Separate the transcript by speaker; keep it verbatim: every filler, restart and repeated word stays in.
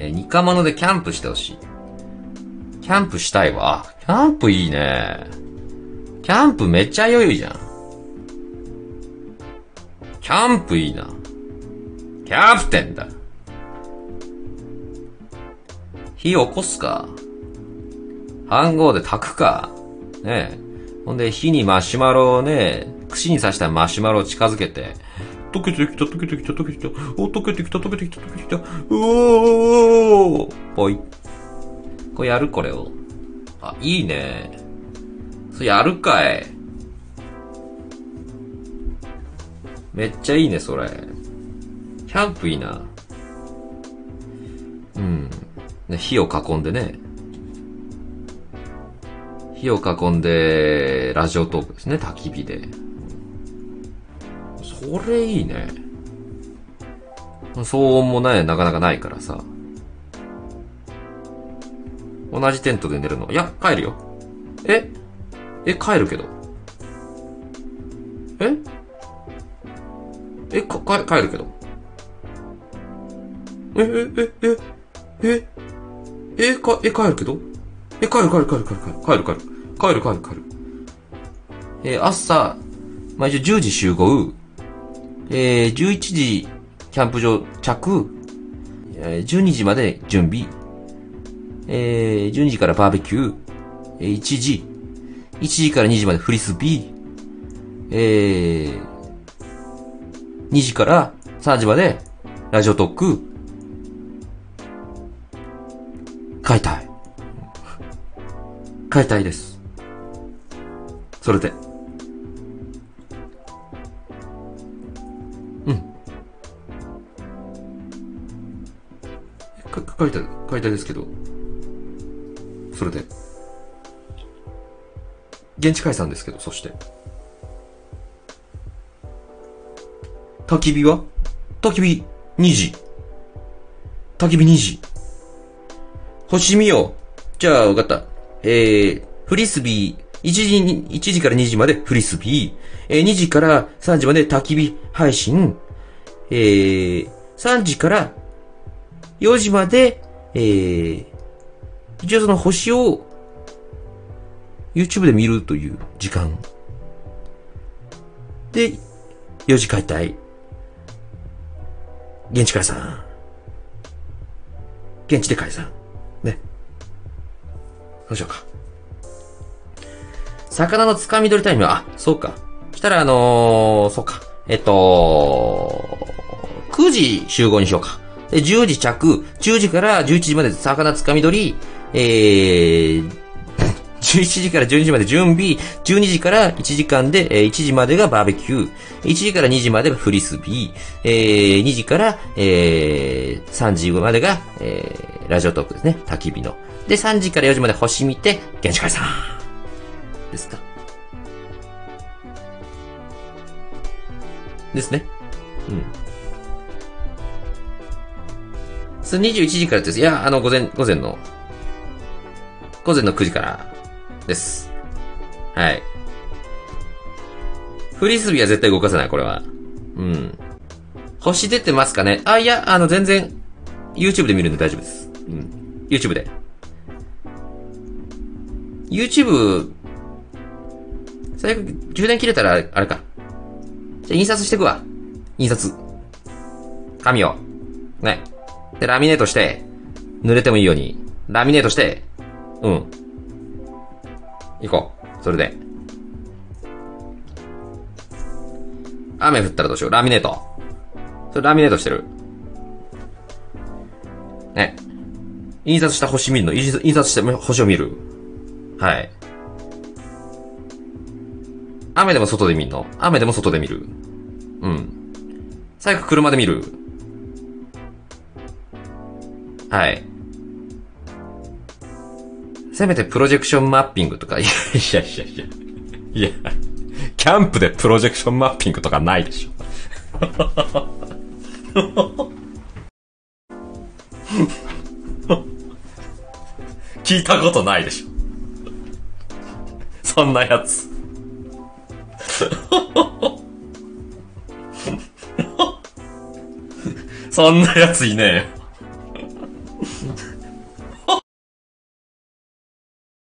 Speaker 1: えー、ニカマノでキャンプしてほしい。キャンプしたいわ。キャンプいいね。キャンプめっちゃ良いじゃん。キャンプいいな。キャプテンだ。火起こすか。飯盒で炊くか。ねえ。ほんで火にマシュマロをね、串に刺したマシュマロを近づけて、溶けてきた、溶けてきた、溶けてきた、お、溶けてきた、溶けてきた、溶けてきた、うおーぽい。これやるこれを。あ、いいね。それやるかい。めっちゃいいね、それ。キャンプいいな。うん。火を囲んでね。火を囲んで、ラジオトークですね、焚き火で。それいいね。騒音もね、なかなかないからさ。同じテントで寝るの。いや、帰るよ。ええ、帰るけど。ええ、か、か、帰るけど。え、え、え、え、え、え、か、え、帰るけどえ、帰る帰る帰る帰る帰る帰る帰る帰る帰る帰る。えー、朝、まあ、一応じゅうじ集合。えー、じゅういちじキャンプ場着。えー、じゅうにじまで準備。えー、じゅうにじからバーベキュー。えー、いちじ。いちじからにじまでフリスビー。えー、にじからさんじまでラジオトーク。買いたい。買いたいです。それで。うん。か、買いたい、買いたいですけど。それで。現地解散ですけど、そして。焚き火は焚き火にじ。焚き火にじ。星見よ。じゃあ、わかった。えー、フリスビー、いちじに、いちじからにじまでフリスビー、えー、にじからさんじまで焚き火配信、えー、さんじからよじまで、えー、一応その星を YouTube で見るという時間。で、よじ解体。現地解散。現地で解散。ね。どうしようか。魚の掴み取りタイムは、あ、そうか。したらあのー、そうか。えっと、くじ集合にしようか。で、じゅうじ着、じゅうじからじゅういちじまで魚掴み取り、えー、じゅういちじからじゅうにじまで準備、じゅうにじからいちじかんで、えー、いちじまでがバーベキュー、いちじからにじまでフリスビー、えー、にじから、えー、さんじまでが、えー、ラジオトークですね。焚き火の。で、さんじからよじまで星見て、現地解散ですか。ですね。うん。それにじゅういちじからです。いや、あの、午前、午前の、午前のくじからです。はい。フリスビーは絶対動かせない、これは。うん。星出てますかね。あ、いや、あの、全然、YouTube で見るんで大丈夫です。うん。YouTube で。YouTube、最悪、充電切れたら、あれか。じゃ、印刷してくわ。印刷。紙を。ね。で、ラミネートして、濡れてもいいように、ラミネートして、うん。行こう。それで。雨降ったらどうしよう。ラミネート。それラミネートしてる。ね。印刷した星見るの。印刷した星を見る。はい。雨でも外で見るの。雨でも外で見る。うん。最悪車で見る。はい。せめてプロジェクションマッピングとか、いやいやいやいや。いや、キャンプでプロジェクションマッピングとかないでしょ。聞いたことないでしょ。そんなやつ。そんなやついねえよ。